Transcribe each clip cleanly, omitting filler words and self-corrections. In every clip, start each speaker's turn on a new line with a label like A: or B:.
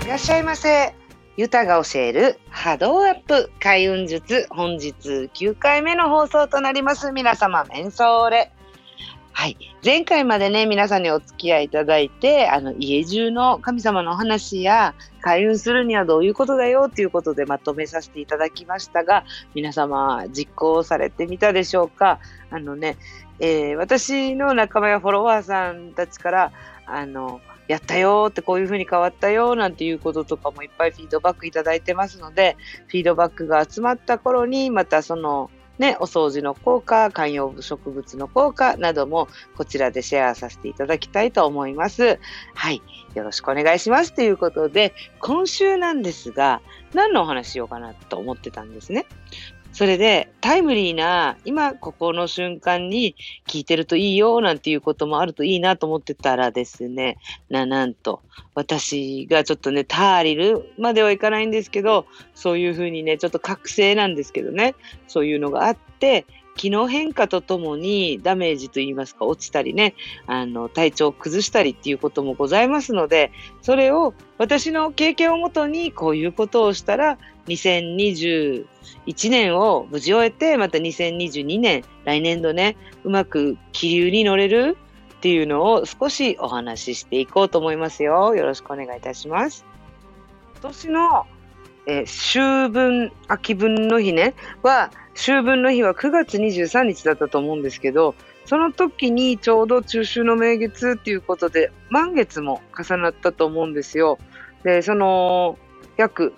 A: らっしゃいませ。ゆたが教える波動アップ開運術、本日9回目の放送となります。皆様メンソーレ。はい、前回までね皆さんにお付き合いいただいて、家中の神様のお話や開運するにはどういうことだよということでまとめさせていただきましたが、皆様実行されてみたでしょうか。私の仲間やフォロワーさんたちからやったよって、こういう風に変わったよなんていうこととかもいっぱいフィードバックいただいてますので、フィードバックが集まった頃にまたそのお掃除の効果、観葉植物の効果などもこちらでシェアさせていただきたいと思います。はい、よろしくお願いしますということで、今週なんですが何のお話しようかなと思ってたんですね。それでタイムリーな今ここの瞬間に聞いてるといいよなんていうこともあるといいなと思ってたらですね、なんと私がちょっとねターリルまではいかないんですけど、そういう風にねちょっと覚醒なんですけどね、そういうのがあって、気の変化とともにダメージといいますか落ちたりね、体調を崩したりっていうこともございますので、それを私の経験をもとにこういうことをしたら2021年を無事終えて、また2022年来年度ねうまく気流に乗れるっていうのを少しお話ししていこうと思いますよ。よろしくお願いいたします。今年の秋分秋分の日ね秋分の日は9月23日だったと思うんですけど、その時にちょうど中秋の名月っていうことで満月も重なったと思うんですよ。でその約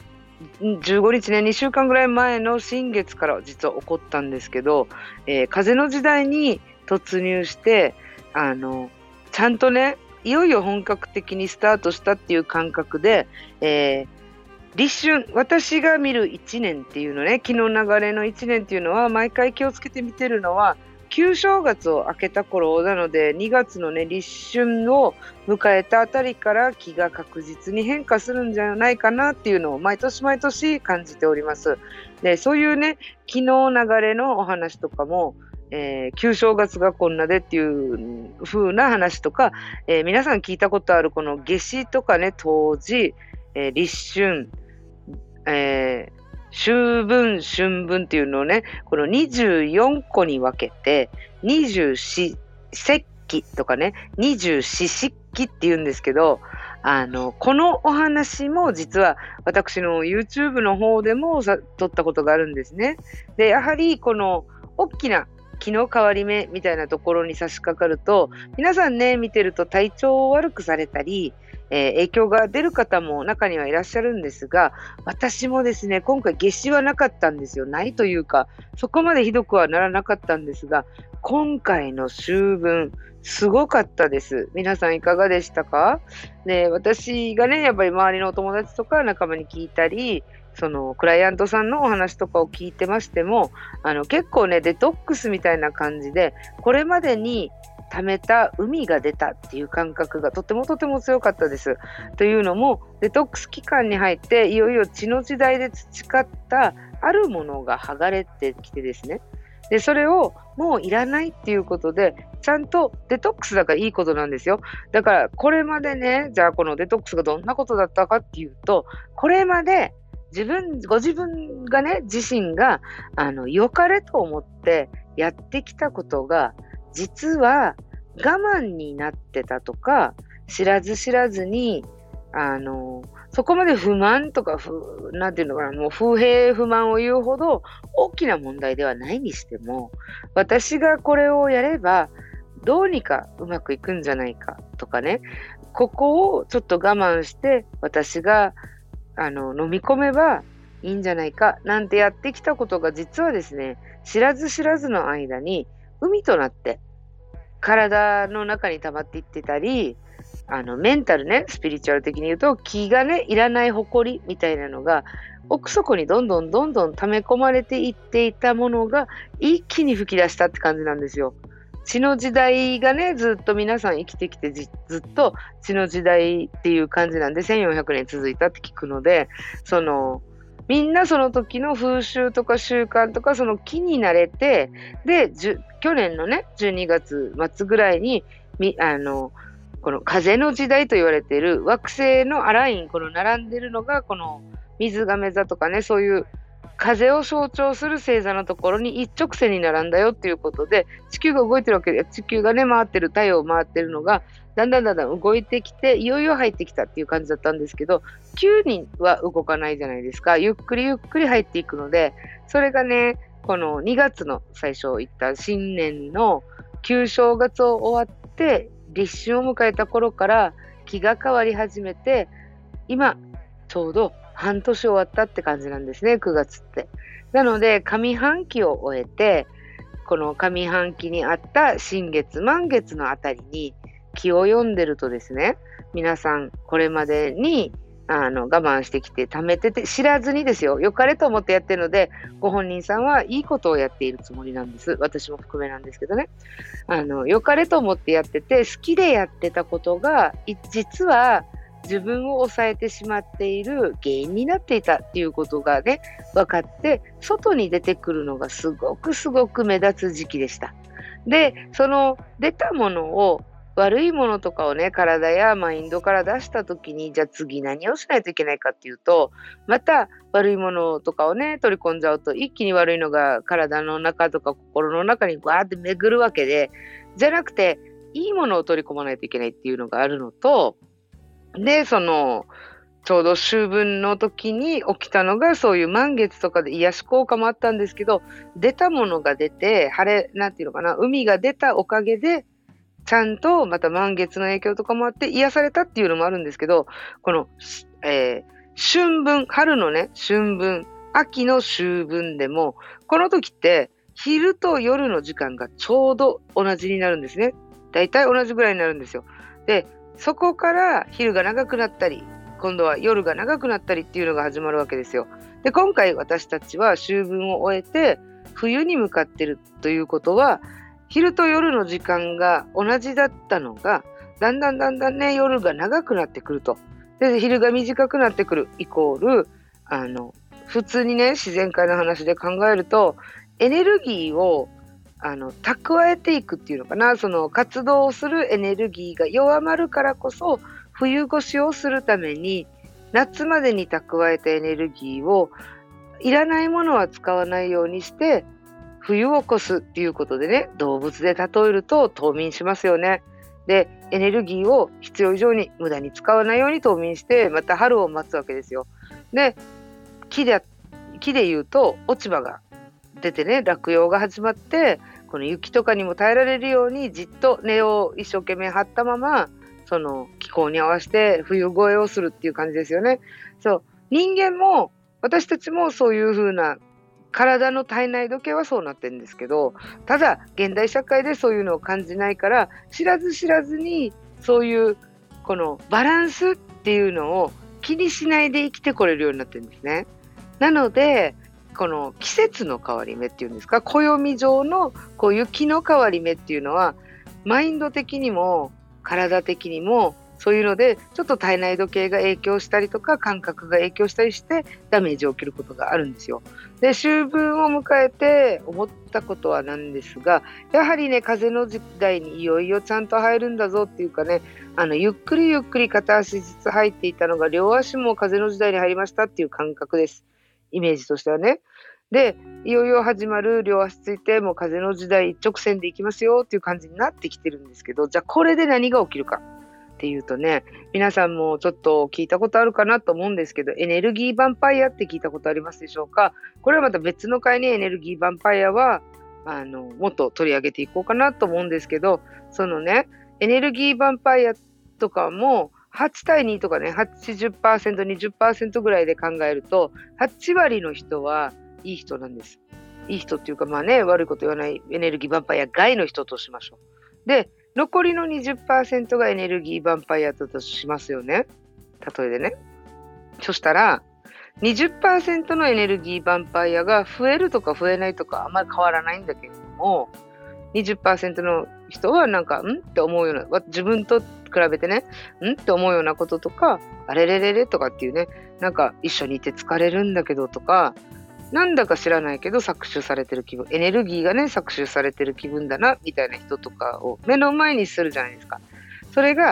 A: 15日ね2週間ぐらい前の新月から実は起こったんですけど、風の時代に突入してちゃんとねいよいよ本格的にスタートしたっていう感覚で、立春、私が見る1年っていうのね、気の流れの1年っていうのは毎回気をつけて見てるのは旧正月を明けた頃なので、2月のね立春を迎えたあたりから気が確実に変化するんじゃないかなっていうのを毎年毎年感じております。でそういうね気の流れのお話とかも、旧正月がこんなでっていう風な話とか、皆さん聞いたことあるこの夏至とかね、冬至、立春、秋分春分っていうのをねこの24個に分けて二十四節気とかね二十四節気っていうんですけど、このお話も実は私の YouTube の方でも撮ったことがあるんですね。でやはりこの大きな気の変わり目みたいなところに差し掛かると、皆さんね見てると体調を悪くされたり、影響が出る方も中にはいらっしゃるんですが、私もですね今回夏至はなかったんですよ。ないというかそこまでひどくはならなかったんですが、今回の秋分すごかったです。皆さんいかがでしたか？で私がねやっぱり周りのお友達とか仲間に聞いたり、そのクライアントさんのお話とかを聞いてましても、結構ねデトックスみたいな感じで、これまでに溜めた海が出たっていう感覚がとても強かったです。というのもデトックス期間に入っていよいよ血の時代で培ったあるものが剥がれてきてですね、でそれをもういらないっていうことでちゃんとデトックスだからいいことなんですよ。だからこれまでね、じゃあこのデトックスがどんなことだったかっていうと、これまでご自分がね自身が良かれと思ってやってきたことが実は我慢になってたとか、知らず知らずにそこまで不満とかなんていうのかな、もう不平不満を言うほど大きな問題ではないにしても、私がこれをやればどうにかうまくいくんじゃないかとかね、ここをちょっと我慢して私が飲み込めばいいんじゃないかなんてやってきたことが実はですね、知らず知らずの間に海となって体の中に溜まっていってたり、メンタルね、スピリチュアル的に言うと気がねいらない誇りみたいなのが奥底にどんどん溜め込まれていっていたものが一気に吹き出したって感じなんですよ。血の時代がねずっと皆さん生きてきてずっと血の時代っていう感じなんで1400年続いたって聞くので、みんなその時の風習とか習慣とかその気に慣れて、で去年のね12月末ぐらいにこの風の時代と言われている惑星のアライン、この並んでるのがこの水亀座とかね、そういう風を象徴する星座のところに一直線に並んだよっていうことで、地球が動いてるわけで、地球がね回ってる、太陽を回ってるのがだんだん動いてきて、いよいよ入ってきたっていう感じだったんですけど、急には動かないじゃないですか。ゆっくりゆっくり入っていくので、それがね、この2月の最初言った新年の旧正月を終わって立春を迎えた頃から気が変わり始めて、今ちょうど半年終わったって感じなんですね、9月って。なので上半期を終えて、この上半期にあった新月満月のあたりに気を読んでるとですね、皆さんこれまでに我慢してきて貯めてて、知らずにですよ、良かれと思ってやってるので、ご本人さんはいいことをやっているつもりなんです。私も含めなんですけどね。良かれと思ってやってて、好きでやってたことが実は自分を抑えてしまっている原因になっていたっていうことがね、分かって外に出てくるのがすごく目立つ時期でした。で、その出たものを、悪いものとかをね、体やマインドから出した時に、じゃあ次何をしないといけないかっていうと、また悪いものとかをね取り込んじゃうと、一気に悪いのが体の中とか心の中にわーって巡るわけで、じゃなくていいものを取り込まないといけないっていうのがあるのと、でちょうど秋分の時に起きたのが、そういう満月とかで癒し効果もあったんですけど、出たものが出て、なんていうのかな、海が出たおかげでちゃんとまた満月の影響とかもあって癒されたっていうのもあるんですけど、この、春分、春のね春分、秋の秋分でもこの時って昼と夜の時間がちょうど同じになるんですね。だいたい同じぐらいになるんですよ。で、そこから昼が長くなったり、今度は夜が長くなったりっていうのが始まるわけですよ。で、今回私たちは秋分を終えて冬に向かってるということは、昼と夜の時間が同じだったのが、だんだんね夜が長くなってくると。で、昼が短くなってくるイコール、普通にね自然界の話で考えると、エネルギーを蓄えていくっていうのかな、その活動するエネルギーが弱まるからこそ、冬越しをするために夏までに蓄えたエネルギーをいらないものは使わないようにして冬を越すっていうことでね、動物で例えると冬眠しますよね。で、エネルギーを必要以上に無駄に使わないように冬眠して、また春を待つわけですよ。で、木で言うと落ち葉が出てね、落葉が始まって、この雪とかにも耐えられるようにじっと根を一生懸命張ったまま、その気候に合わせて冬越えをするっていう感じですよね。そう、人間も私たちもそういう風な体の体内時計はそうなってるんですけど、ただ現代社会でそういうのを感じないから、知らずにそういうこのバランスっていうのを気にしないで生きてこれるようになってるんですね。なのでこの季節の変わり目っていうんですか、暦上のこういう気の変わり目っていうのは、マインド的にも体的にもそういうのでちょっと体内時計が影響したりとか、感覚が影響したりしてダメージを受けることがあるんですよ。で、秋分を迎えて思ったことはなんですが、やはりね、風の時代にいよいよちゃんと入るんだぞっていうかね、ゆっくり片足ずつ入っていたのが、両足も風の時代に入りましたっていう感覚です。イメージとしてはね。で、いよいよ始まる、両足ついてもう風の時代一直線で行きますよっていう感じになってきてるんですけど、じゃあこれで何が起きるかっていうとね、皆さんもちょっと聞いたことあるかなと思うんですけど、エネルギーヴァンパイアって聞いたことありますでしょうか。これはまた別の回にエネルギーヴァンパイアはもっと取り上げていこうかなと思うんですけど、そのね、エネルギーヴァンパイアとかも8対2とかね、80%、20% ぐらいで考えると、8割の人はいい人なんです。いい人っていうか、まあね、悪いこと言わないエネルギーヴァンパイア外の人としましょう。で、残りの 20% がエネルギーヴァンパイアだとしますよね。例えでね。そしたら、20% のエネルギーヴァンパイアが増えるとか増えないとかあんまり変わらないんだけれども、20% の人はなんか、って思うような、自分と比べてね、って思うようなこととか、あれれれれとかっていうね、なんか一緒にいて疲れるんだけどとか、なんだか知らないけど搾取されてる気分、エネルギーがね搾取されてる気分だなみたいな人とかを目の前にするじゃないですか。それが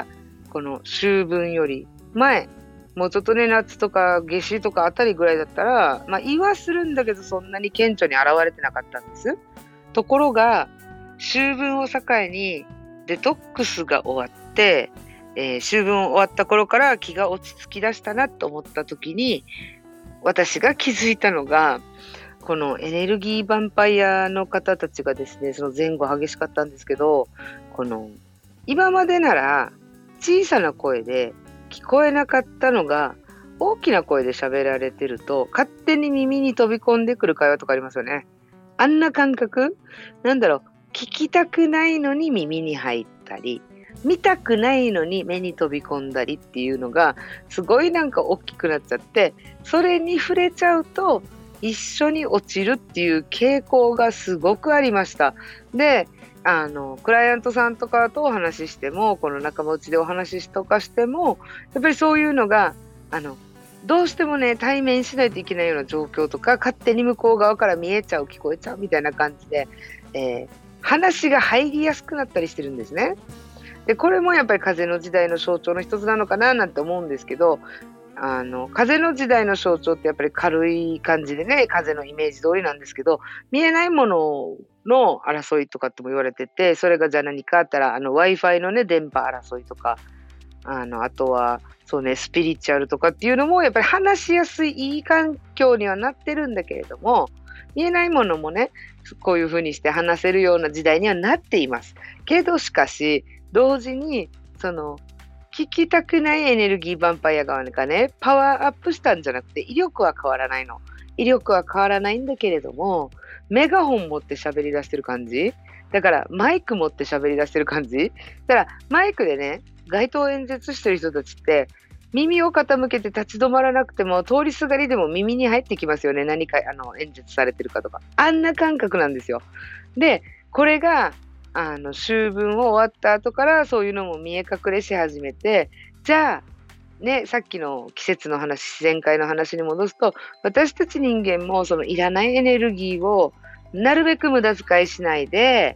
A: この秋分より前、もうちょっとね、夏とか夏至とかあたりぐらいだったら、言わするんだけど、そんなに顕著に現れてなかったんです。ところが、秋分を境にデトックスが終わって、秋分終わった頃から気が落ち着きだしたなと思った時に、私が気づいたのが、このエネルギーヴァンパイアの方たちがですね、その前後激しかったんですけど、この今までなら小さな声で聞こえなかったのが大きな声で喋られてると勝手に耳に飛び込んでくる会話とかありますよね。あんな感覚、聞きたくないのに耳に入ったり、見たくないのに目に飛び込んだりっていうのがすごい大きくなっちゃって、それに触れちゃうと一緒に落ちるっていう傾向がすごくありました。で、クライアントさんとかとお話ししても、この仲間内でお話しとかしても、やっぱりそういうのがどうしてもね、対面しないといけないような状況とか、勝手に向こう側から見えちゃう、聞こえちゃうみたいな感じで、話が入りやすくなったりしてるんですね。で、これもやっぱり風の時代の象徴の一つなのかななんて思うんですけど、風の時代の象徴ってやっぱり軽い感じでね、風のイメージ通りなんですけど、見えないものの争いとかっても言われてて、それがじゃあ何かあったら、Wi-Fi のね、電波争いとか、あとは、そうね、スピリチュアルとかっていうのも、やっぱり話しやすい、いい環境にはなってるんだけれども、見えないものもね、こういうふうにして話せるような時代にはなっています。けどしかし、同時に、聞きたくないエネルギーヴァンパイア側がね、パワーアップしたんじゃなくて、威力は変わらないの。威力は変わらないんだけれども、メガホン持って喋り出してる感じ。だから、マイク持って喋り出してる感じ。だから、マイクでね、街頭演説してる人たちって、耳を傾けて立ち止まらなくても、通りすがりでも耳に入ってきますよね。何か、演説されてるかとか。あんな感覚なんですよ。で、これが、秋分を終わった後からそういうのも見え隠れし始めて、じゃあ、ね、さっきの季節の話、自然界の話に戻すと、私たち人間もそのいらないエネルギーをなるべく無駄遣いしないで、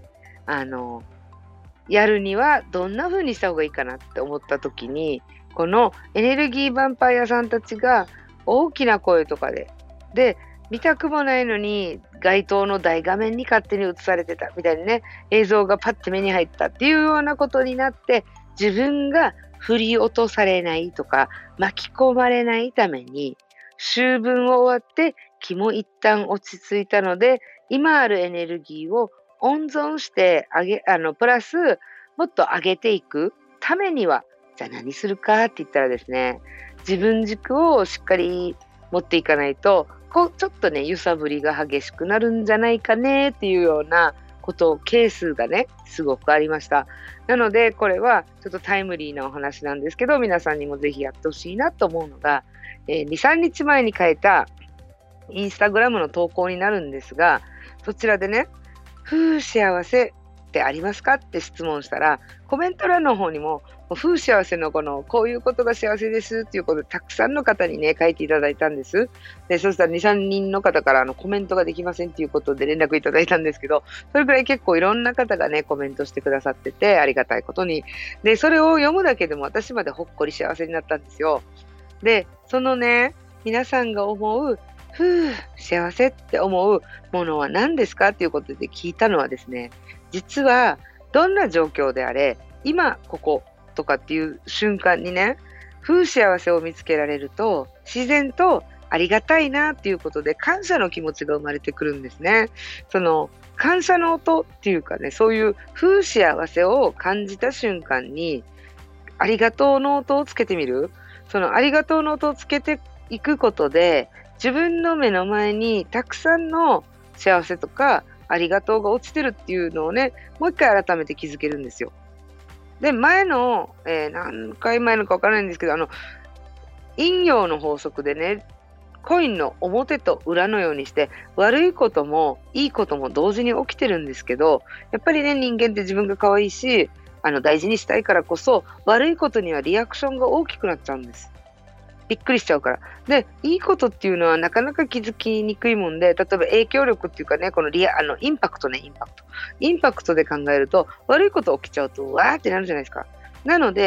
A: やるにはどんな風にした方がいいかなって思った時に、このエネルギーヴァンパイアさんたちが大きな声とかで、見たくもないのに街頭の大画面に勝手に映されてたみたいにね、映像がパッて目に入ったっていうようなことになって、自分が振り落とされないとか巻き込まれないために、秋分を終わって気も一旦落ち着いたので、今あるエネルギーを温存してプラスもっと上げていくためには、じゃあ何するかって言ったらですね、自分軸をしっかり持っていかないと、ちょっとね、揺さぶりが激しくなるんじゃないかねっていうようなケースがね、すごくありました。なので、これはちょっとタイムリーなお話なんですけど、皆さんにもぜひやってほしいなと思うのが、2、3日前に書いたインスタグラムの投稿になるんですが、そちらでね、幸せってありますかって質問したら、コメント欄の方にも、幸せのこういうことが幸せですっていうことで、たくさんの方にね、書いていただいたんです。で、そしたら2、3人の方からコメントができませんっていうことで連絡いただいたんですけど、それくらい結構いろんな方がね、コメントしてくださってて、ありがたいことに。で、それを読むだけでも私までほっこり幸せになったんですよ。で、そのね、皆さんが思う、幸せって思うものは何ですかっていうことで聞いたのはですね、実はどんな状況であれ、今こことかっていう瞬間にね、幸せを見つけられると、自然とありがたいなっていうことで感謝の気持ちが生まれてくるんですね。その感謝の音っていうかね、そういう幸せを感じた瞬間に、ありがとうの音をつけてみる。そのありがとうの音をつけていくことで、自分の目の前にたくさんの幸せとかありがとうが落ちてるっていうのをね、もう一回改めて気づけるんですよ。で、何回前のかわからないんですけど、陰陽の法則でね、コインの表と裏のようにして、悪いこともいいことも同時に起きてるんですけど、やっぱりね、人間って自分が可愛いし、大事にしたいからこそ、悪いことにはリアクションが大きくなっちゃうんです。びっくりしちゃうから。で、いいことっていうのはなかなか気づきにくいもんで、例えば影響力っていうかね、このインパクトね、インパクトで考えると、悪いこと起きちゃうと、わーってなるじゃないですか。なので、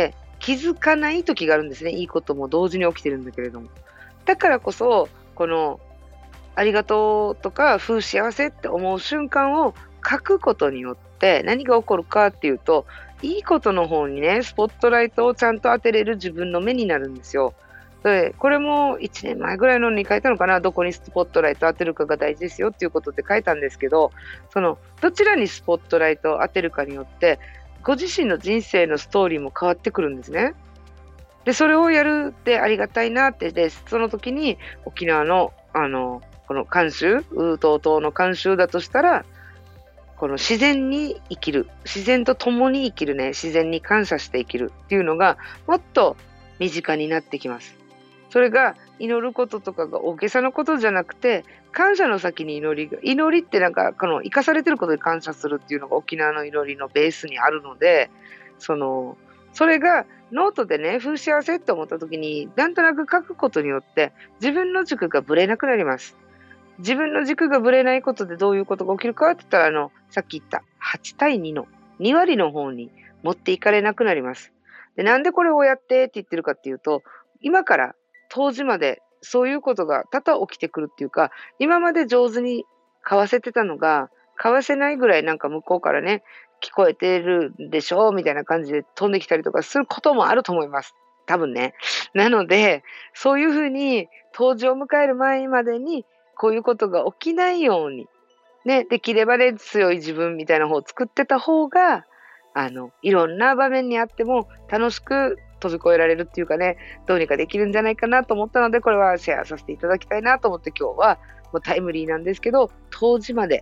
A: 気づかない時があるんですね。いいことも同時に起きてるんだけれども。だからこそ、この、ありがとうとか、幸せって思う瞬間を書くことによって何が起こるかっていうと、いいことの方にね、スポットライトをちゃんと当てれる自分の目になるんですよ。で、これも1年前ぐらいのに書いたのかな、どこにスポットライト当てるかが大事ですよっていうことで書いたんですけど、どちらにスポットライトを当てるかによって、ご自身の人生のストーリーも変わってくるんですね。で、それをやるってありがたいなって、で、その時に沖縄の、この慣習、とうの慣習だとしたら、この自然に生きる、自然と共に生きるね、自然に感謝して生きるっていうのが、もっと身近になってきます。それが祈ることとかが大げさなことじゃなくて、感謝の先に祈りってなんかこの生かされてることで感謝するっていうのが沖縄の祈りのベースにあるので、それがノートでね、幸せって思った時になんとなく書くことによって自分の軸がぶれなくなります。自分の軸がぶれないことでどういうことが起きるかって言ったら、さっき言った8対2の2割の方に持っていかれなくなります。で、なんでこれをやってって言ってるかっていうと、今から当時までそういうことが多々起きてくるっていうか、今まで上手に交わせてたのが、交わせないぐらいなんか向こうからね、聞こえてるでしょみたいな感じで飛んできたりとかすることもあると思います。多分ね。なので、そういうふうに当時を迎える前までに、こういうことが起きないように、ね、できればね、強い自分みたいな方を作ってた方が、いろんな場面にあっても楽しく飛び越えられるっていうかね、どうにかできるんじゃないかなと思ったので、これはシェアさせていただきたいなと思って今日はもうタイムリーなんですけど、当時まで、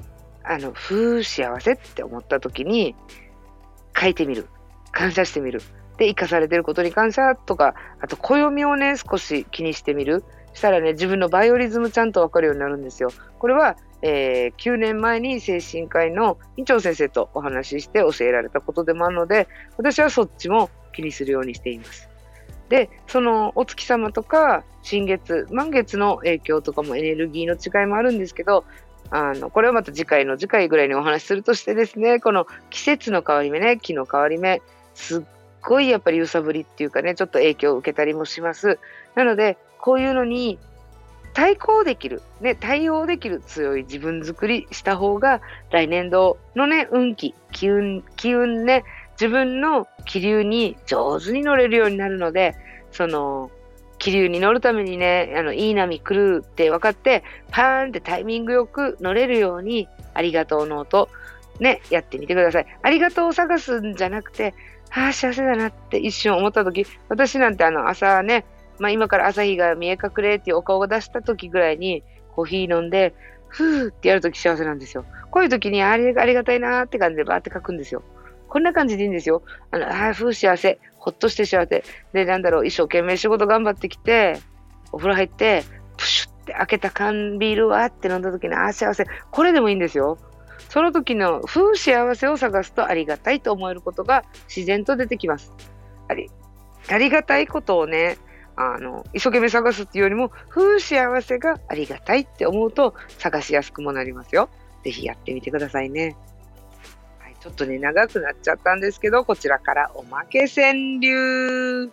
A: 幸せって思った時に書いてみる。感謝してみる。で、生かされてることに感謝とか、あと暦をね、少し気にしてみる。したらね、自分のバイオリズムちゃんとわかるようになるんですよ。これは、9年前に精神科医の院長先生とお話しして教えられたことでもあるので、私はそっちも気にするようにしています。で、そのお月様とか新月、満月の影響とかもエネルギーの違いもあるんですけど、これはまた次回ぐらいにお話しするとしてですね、この季節の変わり目ね、気の変わり目、すっごいやっぱり揺さぶりっていうかね、ちょっと影響を受けたりもします。なので、こういうのに対抗できる、ね、対応できる強い自分作りした方が、来年度のね、運気、機運ね、自分の気流に上手に乗れるようになるので、気流に乗るためにね、いい波来るって分かって、パーンってタイミングよく乗れるように、ありがとうノート、ね、やってみてください。ありがとうを探すんじゃなくて、幸せだなって一瞬思った時、私なんて朝ね、今から朝日が見え隠れっていうお顔が出した時ぐらいにコーヒー飲んで、ふーってやる時幸せなんですよ。こういう時にありがたいなーって感じでバーって書くんですよ。こんな感じでいいんですよ。ふー幸せ。ほっとして幸せ。で、一生懸命仕事頑張ってきて、お風呂入って、プシュって開けた缶ビールわーって飲んだ時に、幸せ。これでもいいんですよ。その時の幸せを探すとありがたいと思えることが自然と出てきます。ありがたいことをね、一生懸命探すっていうよりも、幸せがありがたいって思うと探しやすくもなりますよ。ぜひやってみてくださいね。はい、ちょっとね、長くなっちゃったんですけど、こちらからおまけ川柳。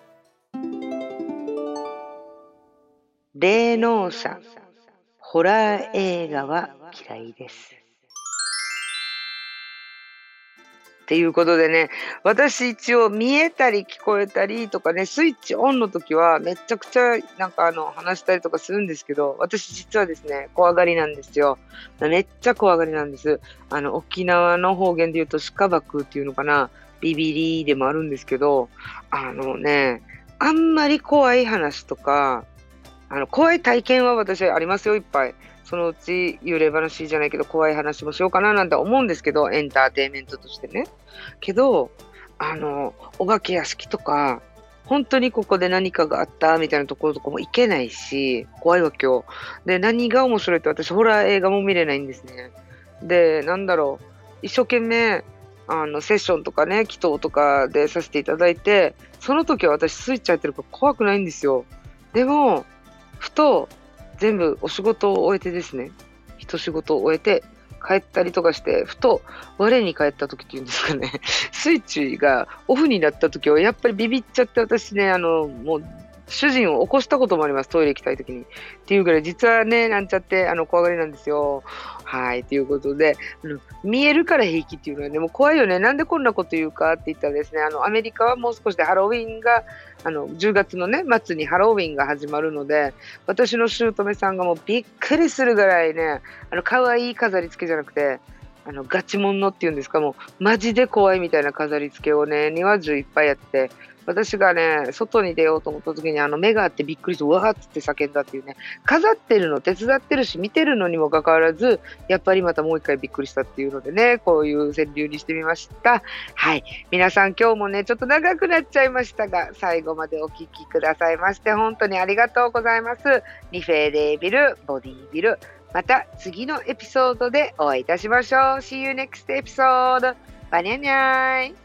A: 霊能者、ホラー映画は嫌いです。っていうことでね、私一応見えたり聞こえたりとかね、スイッチオンの時はめちゃくちゃ話したりとかするんですけど、私実はですね、怖がりなんですよ。めっちゃ怖がりなんです。沖縄の方言で言うと鹿爆っていうのかな、ビビリでもあるんですけど、あんまり怖い話とか、怖い体験は私ありますよ、いっぱい。そのうち幽霊話じゃないけど怖い話もしようかななんて思うんですけど、エンターテインメントとしてね。けど、お化け屋敷とか、本当にここで何かがあったみたいなところとかも行けないし、怖いわけよ。で、何が面白いって私ホラー映画も見れないんですね。で、一生懸命、セッションとかね、祈祷とかでさせていただいて、その時は私スイッチ入ってるから怖くないんですよ。でも、ふと、全部お仕事を終えてですね、一仕事を終えて帰ったりとかして、ふと我に返った時っていうんですかね、スイッチがオフになった時はやっぱりビビっちゃって、私ね、もう主人を起こしたこともあります、トイレ行きたい時に。っていうぐらい、実はね、なんちゃって、怖がりなんですよ。はい、ということで、見えるから平気っていうのはね、もう怖いよね。なんでこんなこと言うかって言ったらですね、アメリカはもう少しでハロウィンが、10月のね、末にハロウィンが始まるので、私の姑さんがもうびっくりするぐらいね、可愛い飾り付けじゃなくて、ガチモンのっていうんですか、もう、マジで怖いみたいな飾り付けをね、庭中いっぱいやって、私がね、外に出ようと思った時に、目があってびっくりして、うわーっつって叫んだっていうね、飾ってるの手伝ってるし、見てるのにもかかわらず、やっぱりまたもう一回びっくりしたっていうのでね、こういう川柳にしてみました。はい。皆さん今日もね、ちょっと長くなっちゃいましたが、最後までお聞きくださいまして、本当にありがとうございます。リフェレービル、ボディビル。また次のエピソードでお会いいたしましょう。See you next episode. バニャニャイ。